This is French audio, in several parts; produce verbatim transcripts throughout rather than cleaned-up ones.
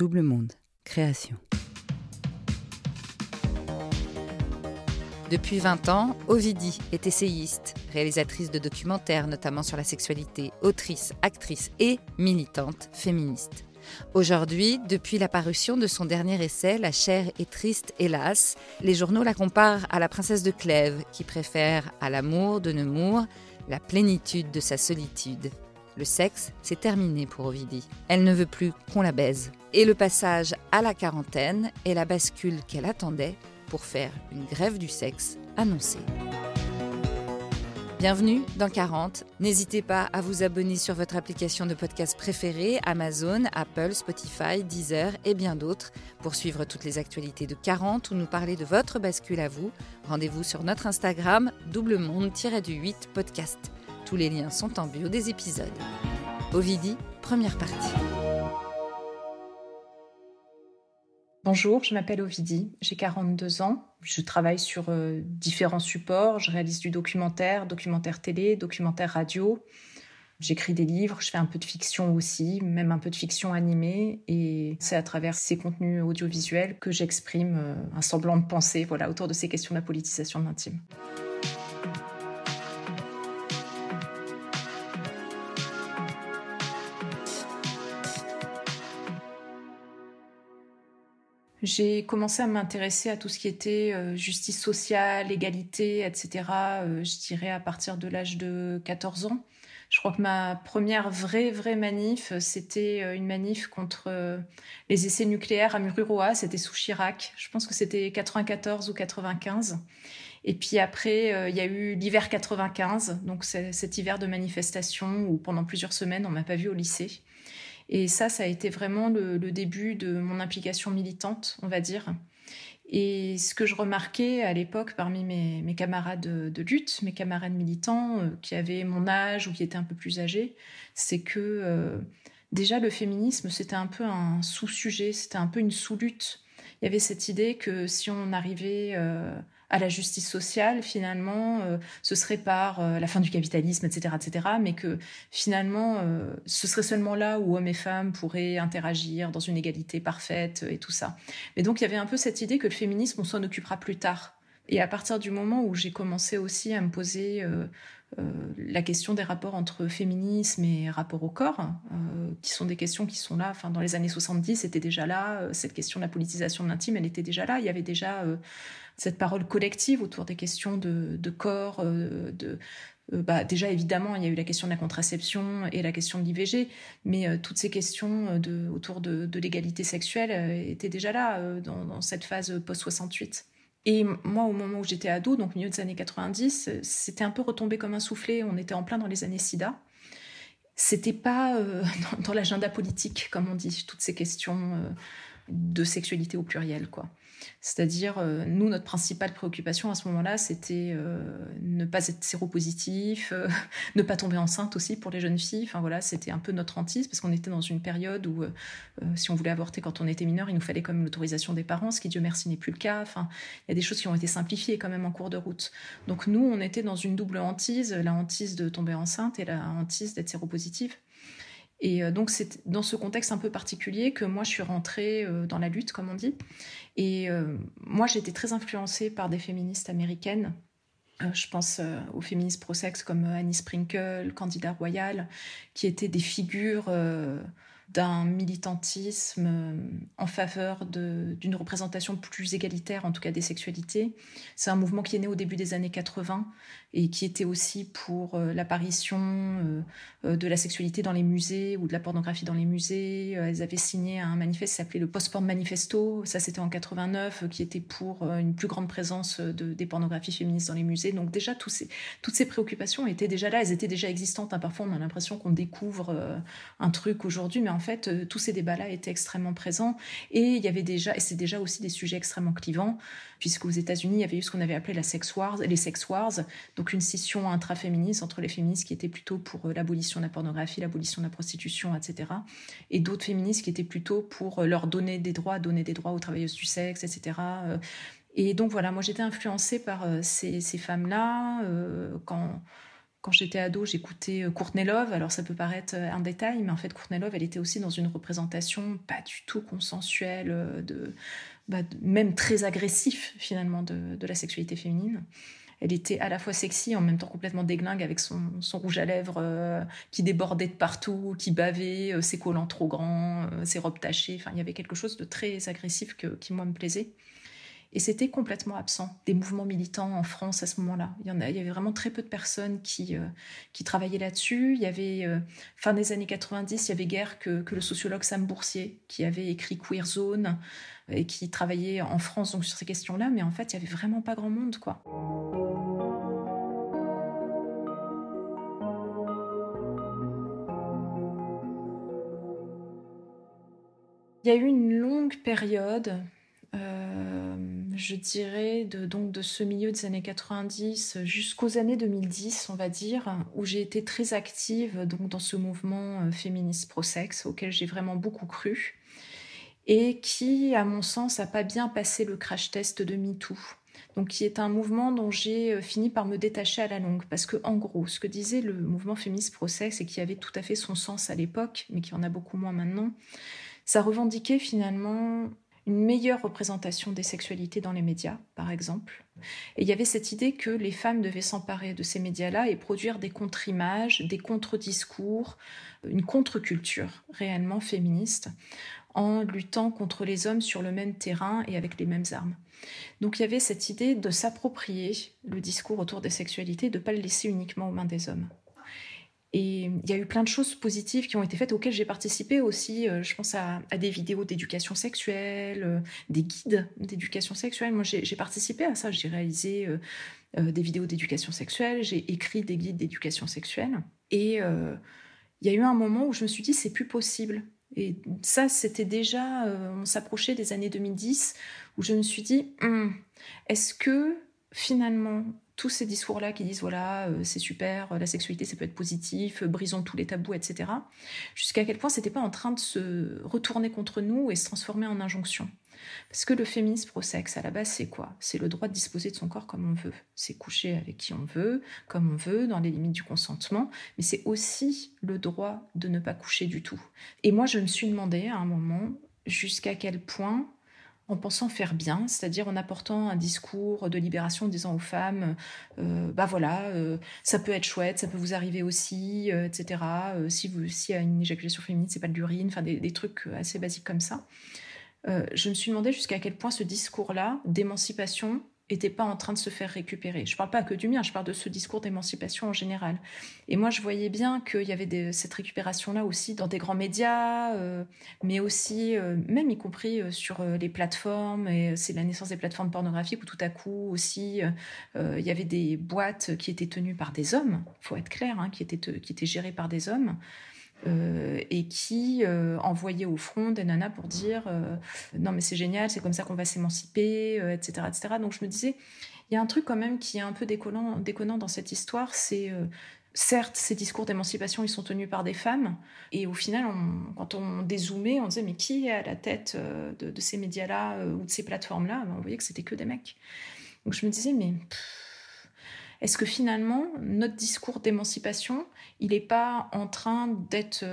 Double Monde, création. Depuis vingt ans, Ovidie est essayiste, réalisatrice de documentaires notamment sur la sexualité, autrice, actrice et militante féministe. Aujourd'hui, depuis la parution de son dernier essai, La chair est triste, hélas, les journaux la comparent à la princesse de Clèves, qui préfère à l'amour de Nemours la plénitude de sa solitude. Le sexe, c'est terminé pour Ovidie. Elle ne veut plus qu'on la baise. Et le passage à la quarantaine est la bascule qu'elle attendait pour faire une grève du sexe annoncée. Bienvenue dans quarante. N'hésitez pas à vous abonner sur votre application de podcast préférée, Amazon, Apple, Spotify, Deezer et bien d'autres, pour suivre toutes les actualités de quarante ou nous parler de votre bascule à vous. Rendez-vous sur notre Instagram, doublemonde du huit podcast. Tous les liens sont en bio des épisodes. Ovidie, première partie. Bonjour, je m'appelle Ovidie, j'ai quarante-deux ans. Je travaille sur euh, différents supports. Je réalise du documentaire, documentaire télé, documentaire radio. J'écris des livres, je fais un peu de fiction aussi, même un peu de fiction animée. Et c'est à travers ces contenus audiovisuels que j'exprime euh, un semblant de pensée voilà, autour de ces questions de la politisation de l'intime. J'ai commencé à m'intéresser à tout ce qui était euh, justice sociale, égalité, et cetera. Euh, je dirais à partir de l'âge de quatorze ans. Je crois que ma première vraie, vraie manif, c'était une manif contre euh, les essais nucléaires à Mururoa. C'était sous Chirac. Je pense que c'était quatre-vingt-quatorze ou quatre-vingt-quinze. Et puis après, euh, il y a eu l'hiver quatre-vingt-quinze. Donc c'est cet hiver de manifestation où pendant plusieurs semaines, on m'a pas vue au lycée. Et ça, ça a été vraiment le, le début de mon implication militante, on va dire. Et ce que je remarquais à l'époque parmi mes, mes camarades de, de lutte, mes camarades militants euh, qui avaient mon âge ou qui étaient un peu plus âgés, c'est que euh, déjà le féminisme, c'était un peu un sous-sujet, c'était un peu une sous-lutte. Il y avait cette idée que si on arrivait euh, à la justice sociale, finalement, euh, ce serait par euh, la fin du capitalisme, et cetera, et cetera, mais que finalement, euh, ce serait seulement là où hommes et femmes pourraient interagir dans une égalité parfaite et tout ça. Mais donc, il y avait un peu cette idée que le féminisme, on s'en occupera plus tard. Et à partir du moment où j'ai commencé aussi à me poser euh, euh, la question des rapports entre féminisme et rapport au corps, euh, qui sont des questions qui sont là, enfin, dans les années soixante-dix, c'était déjà là, euh, cette question de la politisation de l'intime, elle était déjà là, il y avait déjà euh, cette parole collective autour des questions de, de corps, euh, de... Euh, bah, déjà, évidemment, il y a eu la question de la contraception et la question de l'I V G, mais euh, toutes ces questions de, autour de, de l'égalité sexuelle euh, étaient déjà là euh, dans, dans cette phase post-soixante-huit. Et moi, au moment où j'étais ado, donc au milieu des années quatre-vingt-dix, c'était un peu retombé comme un soufflet. On était en plein dans les années SIDA. C'était pas euh, dans, dans l'agenda politique, comme on dit, toutes ces questions euh, de sexualité au pluriel, quoi. C'est-à-dire, euh, nous, notre principale préoccupation à ce moment-là, c'était euh, ne pas être séropositif, euh, ne pas tomber enceinte aussi pour les jeunes filles. Enfin voilà, c'était un peu notre hantise parce qu'on était dans une période où, euh, si on voulait avorter quand on était mineur, il nous fallait quand même l'autorisation des parents, ce qui, Dieu merci, n'est plus le cas. Enfin, il y a des choses qui ont été simplifiées quand même en cours de route. Donc nous, on était dans une double hantise, la hantise de tomber enceinte et la hantise d'être séropositive. Et donc, c'est dans ce contexte un peu particulier que moi, je suis rentrée dans la lutte, comme on dit. Et euh, moi, j'étais très influencée par des féministes américaines. Euh, je pense euh, aux féministes pro-sexe comme Annie Sprinkle, Candida Royal, qui étaient des figures euh, d'un militantisme euh, en faveur de, d'une représentation plus égalitaire, en tout cas des sexualités. C'est un mouvement qui est né au début des années quatre-vingts et qui était aussi pour euh, l'apparition euh, euh, de la sexualité dans les musées ou de la pornographie dans les musées. Euh, elles avaient signé un manifeste qui s'appelait le Post-Porn Manifesto, ça c'était en quatre-vingt-neuf, euh, qui était pour euh, une plus grande présence de, des pornographies féministes dans les musées. Donc déjà, tous ces, toutes ces préoccupations étaient déjà là, elles étaient déjà existantes. Hein. Parfois, on a l'impression qu'on découvre euh, un truc aujourd'hui, mais en fait, euh, tous ces débats-là étaient extrêmement présents. Et il y avait déjà, et c'est déjà aussi des sujets extrêmement clivants, puisqu'aux États-Unis, il y avait eu ce qu'on avait appelé la sex wars, les sex wars, donc une scission intraféministe entre les féministes qui étaient plutôt pour l'abolition de la pornographie, l'abolition de la prostitution, et cetera, et d'autres féministes qui étaient plutôt pour leur donner des droits, donner des droits aux travailleuses du sexe, et cetera. Et donc voilà, moi j'étais influencée par ces, ces femmes-là euh, quand Quand j'étais ado, j'écoutais Courtney Love. Alors ça peut paraître un détail, mais en fait Courtney Love, elle était aussi dans une représentation pas du tout consensuelle, de, bah, de même très agressif finalement de, de la sexualité féminine. Elle était à la fois sexy, en même temps complètement déglingue, avec son, son rouge à lèvres euh, qui débordait de partout, qui bavait, euh, ses collants trop grands, euh, ses robes tachées. Enfin, il y avait quelque chose de très agressif que, qui, moi, me plaisait. Et c'était complètement absent des mouvements militants en France à ce moment-là. Il y, en a, il y avait vraiment très peu de personnes qui, euh, qui travaillaient là-dessus. Il y avait, euh, fin des années quatre-vingt-dix, il y avait guère que, que le sociologue Sam Boursier, qui avait écrit Queer Zone et qui travaillait en France donc, sur ces questions-là. Mais en fait, il n'y avait vraiment pas grand monde, quoi. Il y a eu une longue période, euh, je dirais, de, donc de ce milieu des années quatre-vingt-dix jusqu'aux années deux mille dix, on va dire, où j'ai été très active donc, dans ce mouvement féministe pro-sexe auquel j'ai vraiment beaucoup cru et qui, à mon sens, n'a pas bien passé le crash test de MeToo. Donc, qui est un mouvement dont j'ai fini par me détacher à la longue. Parce que, en gros, ce que disait le mouvement féministe pro-sexe et qui avait tout à fait son sens à l'époque, mais qui en a beaucoup moins maintenant, ça revendiquait finalement une meilleure représentation des sexualités dans les médias, par exemple. Et il y avait cette idée que les femmes devaient s'emparer de ces médias-là et produire des contre-images, des contre-discours, une contre-culture réellement féministe, en luttant contre les hommes sur le même terrain et avec les mêmes armes. Donc il y avait cette idée de s'approprier le discours autour des sexualités, de ne pas le laisser uniquement aux mains des hommes. Et il y a eu plein de choses positives qui ont été faites, auxquelles j'ai participé aussi. Euh, je pense à, à des vidéos d'éducation sexuelle, euh, des guides d'éducation sexuelle. Moi, j'ai, j'ai participé à ça. J'ai réalisé euh, euh, des vidéos d'éducation sexuelle, j'ai écrit des guides d'éducation sexuelle. Et euh, il y a eu un moment où je me suis dit, c'est plus possible. Et ça, c'était déjà, euh, on s'approchait des années deux mille dix, où je me suis dit, hm, est-ce que finalement, tous ces discours-là qui disent, voilà, euh, c'est super, la sexualité, ça peut être positif, euh, brisons tous les tabous, et cetera, jusqu'à quel point c'était pas en train de se retourner contre nous et se transformer en injonction. Parce que le féminisme pro-sexe, à la base, c'est quoi ? C'est le droit de disposer de son corps comme on veut. C'est coucher avec qui on veut, comme on veut, dans les limites du consentement. Mais c'est aussi le droit de ne pas coucher du tout. Et moi, je me suis demandé à un moment jusqu'à quel point, en pensant faire bien, c'est-à-dire en apportant un discours de libération, en disant aux femmes, euh, bah voilà, euh, ça peut être chouette, ça peut vous arriver aussi, euh, et cetera. Euh, si vous, s'il y a une éjaculation féminine, c'est pas de l'urine, enfin des, des trucs assez basiques comme ça. Euh, je me suis demandé jusqu'à quel point ce discours-là d'émancipation n'était pas en train de se faire récupérer. Je ne parle pas que du mien, je parle de ce discours d'émancipation en général. Et moi, je voyais bien qu'il y avait des, cette récupération-là aussi dans des grands médias, euh, mais aussi, euh, même y compris euh, sur euh, les plateformes. Et c'est la naissance des plateformes pornographiques où tout à coup aussi, euh, il y avait des boîtes qui étaient tenues par des hommes, il faut être clair, hein, qui, étaient, qui étaient gérées par des hommes. Euh, et qui euh, envoyait au front des nanas pour dire euh, non mais c'est génial, c'est comme ça qu'on va s'émanciper, euh, et cetera, et cetera. Donc je me disais, il y a un truc quand même qui est un peu déconnant, déconnant dans cette histoire, c'est euh, certes ces discours d'émancipation ils sont tenus par des femmes et au final on, quand on dézoomait on disait mais qui est à la tête euh, de, de ces médias-là euh, ou de ces plateformes-là, ben, on voyait que c'était que des mecs. Donc je me disais mais pff, est-ce que finalement, notre discours d'émancipation, il n'est pas en train d'être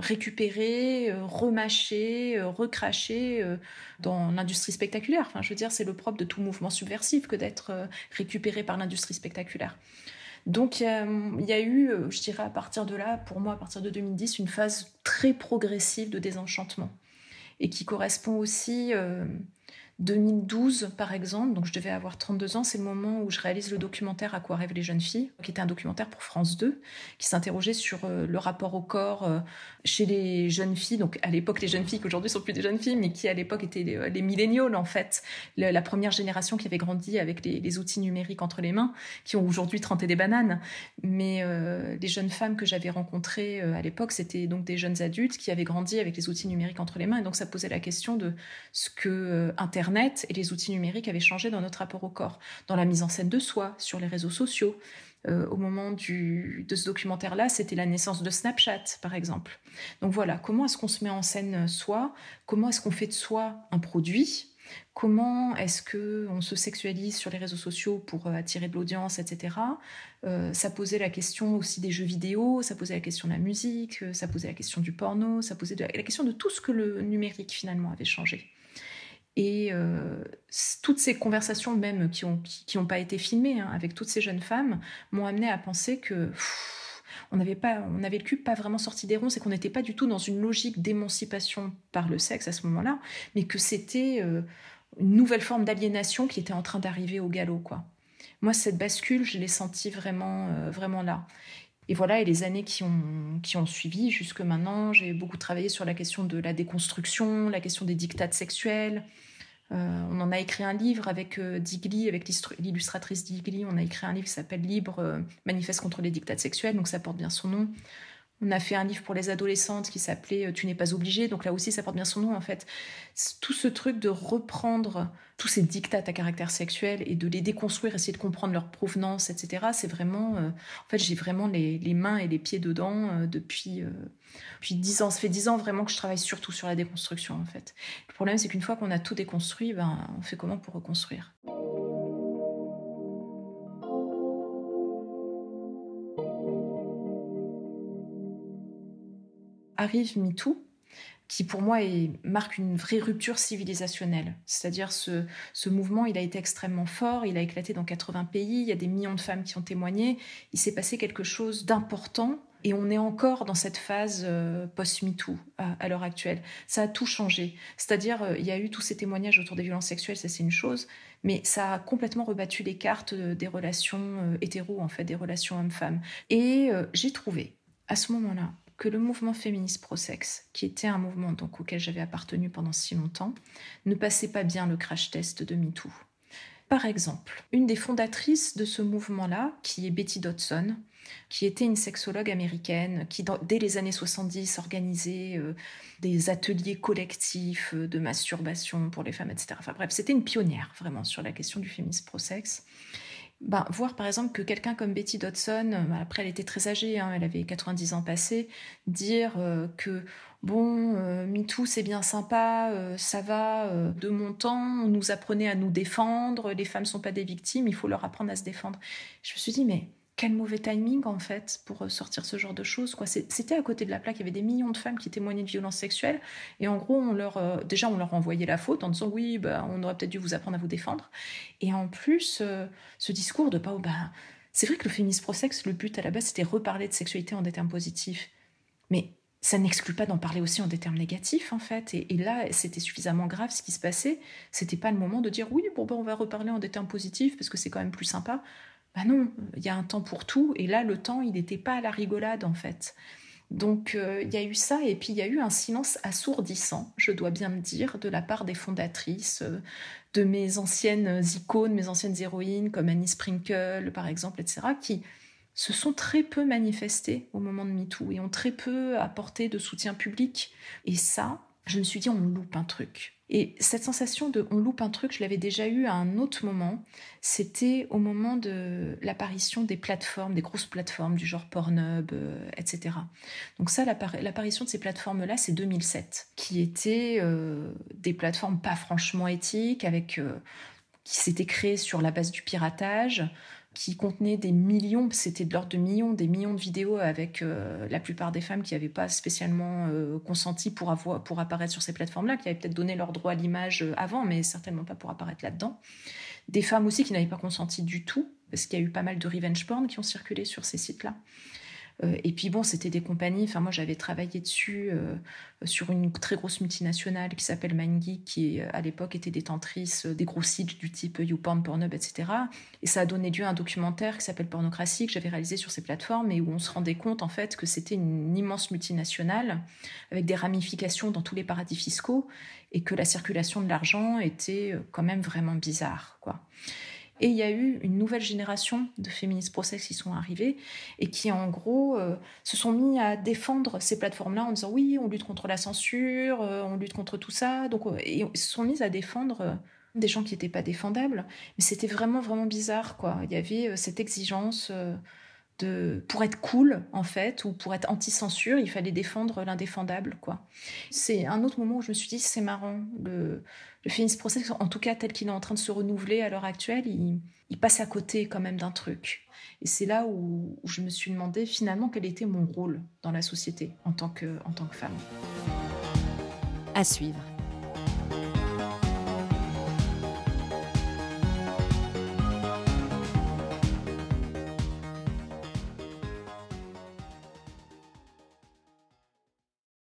récupéré, remâché, recraché dans l'industrie spectaculaire ? Enfin, je veux dire, c'est le propre de tout mouvement subversif que d'être récupéré par l'industrie spectaculaire. Donc, il y a, il y a eu, je dirais à partir de là, pour moi, à partir de deux mille dix, une phase très progressive de désenchantement et qui correspond aussi... Euh, deux mille douze, par exemple, donc je devais avoir trente-deux ans, c'est le moment où je réalise le documentaire « À quoi rêvent les jeunes filles », qui était un documentaire pour France deux, qui s'interrogeait sur euh, le rapport au corps euh, chez les jeunes filles, donc à l'époque les jeunes filles qui aujourd'hui sont plus des jeunes filles, mais qui à l'époque étaient les, les milléniaux en fait, le, la première génération qui avait grandi avec les, les outils numériques entre les mains, qui ont aujourd'hui trente et des bananes. Mais euh, les jeunes femmes que j'avais rencontrées euh, à l'époque, c'était donc des jeunes adultes qui avaient grandi avec les outils numériques entre les mains, et donc ça posait la question de ce que euh, Internet Internet et les outils numériques avaient changé dans notre rapport au corps, dans la mise en scène de soi, sur les réseaux sociaux. Euh, au moment du, de ce documentaire-là, c'était la naissance de Snapchat, par exemple. Donc voilà, comment est-ce qu'on se met en scène soi ? Comment est-ce qu'on fait de soi un produit ? Comment est-ce qu'on se sexualise sur les réseaux sociaux pour euh, attirer de l'audience, et cetera. Euh, ça posait la question aussi des jeux vidéo, ça posait la question de la musique, euh, ça posait la question du porno, ça posait de la, la question de tout ce que le numérique finalement avait changé. Et euh, toutes ces conversations même qui n'ont qui, qui ont pas été filmées hein, avec toutes ces jeunes femmes m'ont amené à penser que pff, on n'avait pas, on avait le cul pas vraiment sorti des ronds, c'est qu'on n'était pas du tout dans une logique d'émancipation par le sexe à ce moment-là, mais que c'était euh, une nouvelle forme d'aliénation qui était en train d'arriver au galop, quoi. Moi, cette bascule, je l'ai sentie vraiment, euh, vraiment là. Et voilà, et les années qui ont, qui ont suivi jusque maintenant, j'ai beaucoup travaillé sur la question de la déconstruction, la question des dictats sexuels. Euh, on en a écrit un livre avec euh, Digli, avec l'illustratrice Digli. On a écrit un livre qui s'appelle Libre, euh, manifeste contre les dictats sexuels, donc ça porte bien son nom. On a fait un livre pour les adolescentes qui s'appelait Tu n'es pas obligée, donc là aussi ça porte bien son nom en fait. Tout ce truc de reprendre tous ces dictats à caractère sexuel et de les déconstruire, essayer de comprendre leur provenance, et cetera. C'est vraiment, euh, en fait j'ai vraiment les, les mains et les pieds dedans euh, depuis euh, depuis dix ans. Ça fait dix ans vraiment que je travaille surtout sur la déconstruction en fait. Le problème c'est qu'une fois qu'on a tout déconstruit, ben on fait comment pour reconstruire ? Arrive MeToo, qui pour moi est, marque une vraie rupture civilisationnelle. C'est-à-dire ce, ce mouvement, il a été extrêmement fort, il a éclaté dans quatre-vingts pays, il y a des millions de femmes qui ont témoigné, il s'est passé quelque chose d'important et on est encore dans cette phase euh, post-MeToo à, à l'heure actuelle. Ça a tout changé. C'est-à-dire, euh, il y a eu tous ces témoignages autour des violences sexuelles, ça c'est une chose, mais ça a complètement rebattu les cartes euh, des relations euh, hétéros, en fait, des relations hommes-femmes. Et euh, j'ai trouvé, à ce moment-là, que le mouvement féministe pro-sexe, qui était un mouvement donc, auquel j'avais appartenu pendant si longtemps, ne passait pas bien le crash test de MeToo. Par exemple, une des fondatrices de ce mouvement-là, qui est Betty Dodson, qui était une sexologue américaine, qui dans, dès les années soixante-dix organisait euh, des ateliers collectifs euh, de masturbation pour les femmes, et cetera. Enfin bref, c'était une pionnière vraiment sur la question du féminisme pro-sexe. Ben, voir par exemple que quelqu'un comme Betty Dodson, après elle était très âgée, hein, elle avait quatre-vingt-dix ans passés, dire euh, que bon, euh, MeToo c'est bien sympa, euh, ça va euh, de mon temps, on nous apprenait à nous défendre, les femmes sont pas des victimes, il faut leur apprendre à se défendre. Je me suis dit mais quel mauvais timing en fait pour sortir ce genre de choses, quoi. C'était à côté de la plaque, il y avait des millions de femmes qui témoignaient de violences sexuelles et en gros on leur, euh, déjà on leur envoyait la faute en disant oui bah, on aurait peut-être dû vous apprendre à vous défendre et en plus euh, ce discours de pas oh, bah, c'est vrai que le féminisme pro-sexe, le but à la base c'était reparler de sexualité en des termes positifs, mais ça n'exclut pas d'en parler aussi en des termes négatifs en fait, et, et là c'était suffisamment grave ce qui se passait, c'était pas le moment de dire oui bon ben on va reparler en des termes positifs parce que c'est quand même plus sympa. Ben non, il y a un temps pour tout, et là, le temps, il n'était pas à la rigolade, en fait. Donc, euh, il y a eu ça, et puis il y a eu un silence assourdissant, je dois bien le dire, de la part des fondatrices, euh, de mes anciennes icônes, mes anciennes héroïnes, comme Annie Sprinkle, par exemple, et cetera, qui se sont très peu manifestées au moment de MeToo, et ont très peu apporté de soutien public. Et ça, je me suis dit, on loupe un truc. Et cette sensation de on loupe un truc, je l'avais déjà eu à un autre moment. C'était au moment de l'apparition des plateformes, des grosses plateformes du genre Pornhub, euh, et cetera. Donc ça, l'apparition de ces plateformes-là, c'est deux mille sept, qui étaient euh, des plateformes pas franchement éthiques, avec, euh, qui s'étaient créées sur la base du piratage, qui contenait des millions, c'était de l'ordre de millions, des millions de vidéos avec euh, la plupart des femmes qui n'avaient pas spécialement euh, consenti pour, avoir, pour apparaître sur ces plateformes-là, qui avaient peut-être donné leur droit à l'image avant, mais certainement pas pour apparaître là-dedans. Des femmes aussi qui n'avaient pas consenti du tout, parce qu'il y a eu pas mal de revenge porn qui ont circulé sur ces sites-là. Euh, et puis bon, c'était des compagnies, enfin moi j'avais travaillé dessus euh, sur une très grosse multinationale qui s'appelle MindGeek, qui à l'époque était détentrice des gros sites du type YouPorn, Pornhub, et cetera. Et ça a donné lieu à un documentaire qui s'appelle Pornocratie, que j'avais réalisé sur ces plateformes, et où on se rendait compte en fait que c'était une immense multinationale avec des ramifications dans tous les paradis fiscaux, et que la circulation de l'argent était quand même vraiment bizarre, quoi. Et il y a eu une nouvelle génération de féministes pro-sexe qui sont arrivées et qui, en gros, euh, se sont mis à défendre ces plateformes-là en disant « oui, on lutte contre la censure, euh, on lutte contre tout ça ». Donc, euh, et ils se sont mis à défendre euh, des gens qui n'étaient pas défendables. Mais c'était vraiment, vraiment bizarre, quoi. Il y avait euh, cette exigence euh, de, pour être cool, en fait, ou pour être anti-censure, il fallait défendre l'indéfendable, quoi. C'est un autre moment où je me suis dit, c'est marrant, le, le féminisme process, en tout cas tel qu'il est en train de se renouveler à l'heure actuelle, il, il passe à côté quand même d'un truc. Et c'est là où, où je me suis demandé finalement quel était mon rôle dans la société en tant que, en tant que femme. À suivre.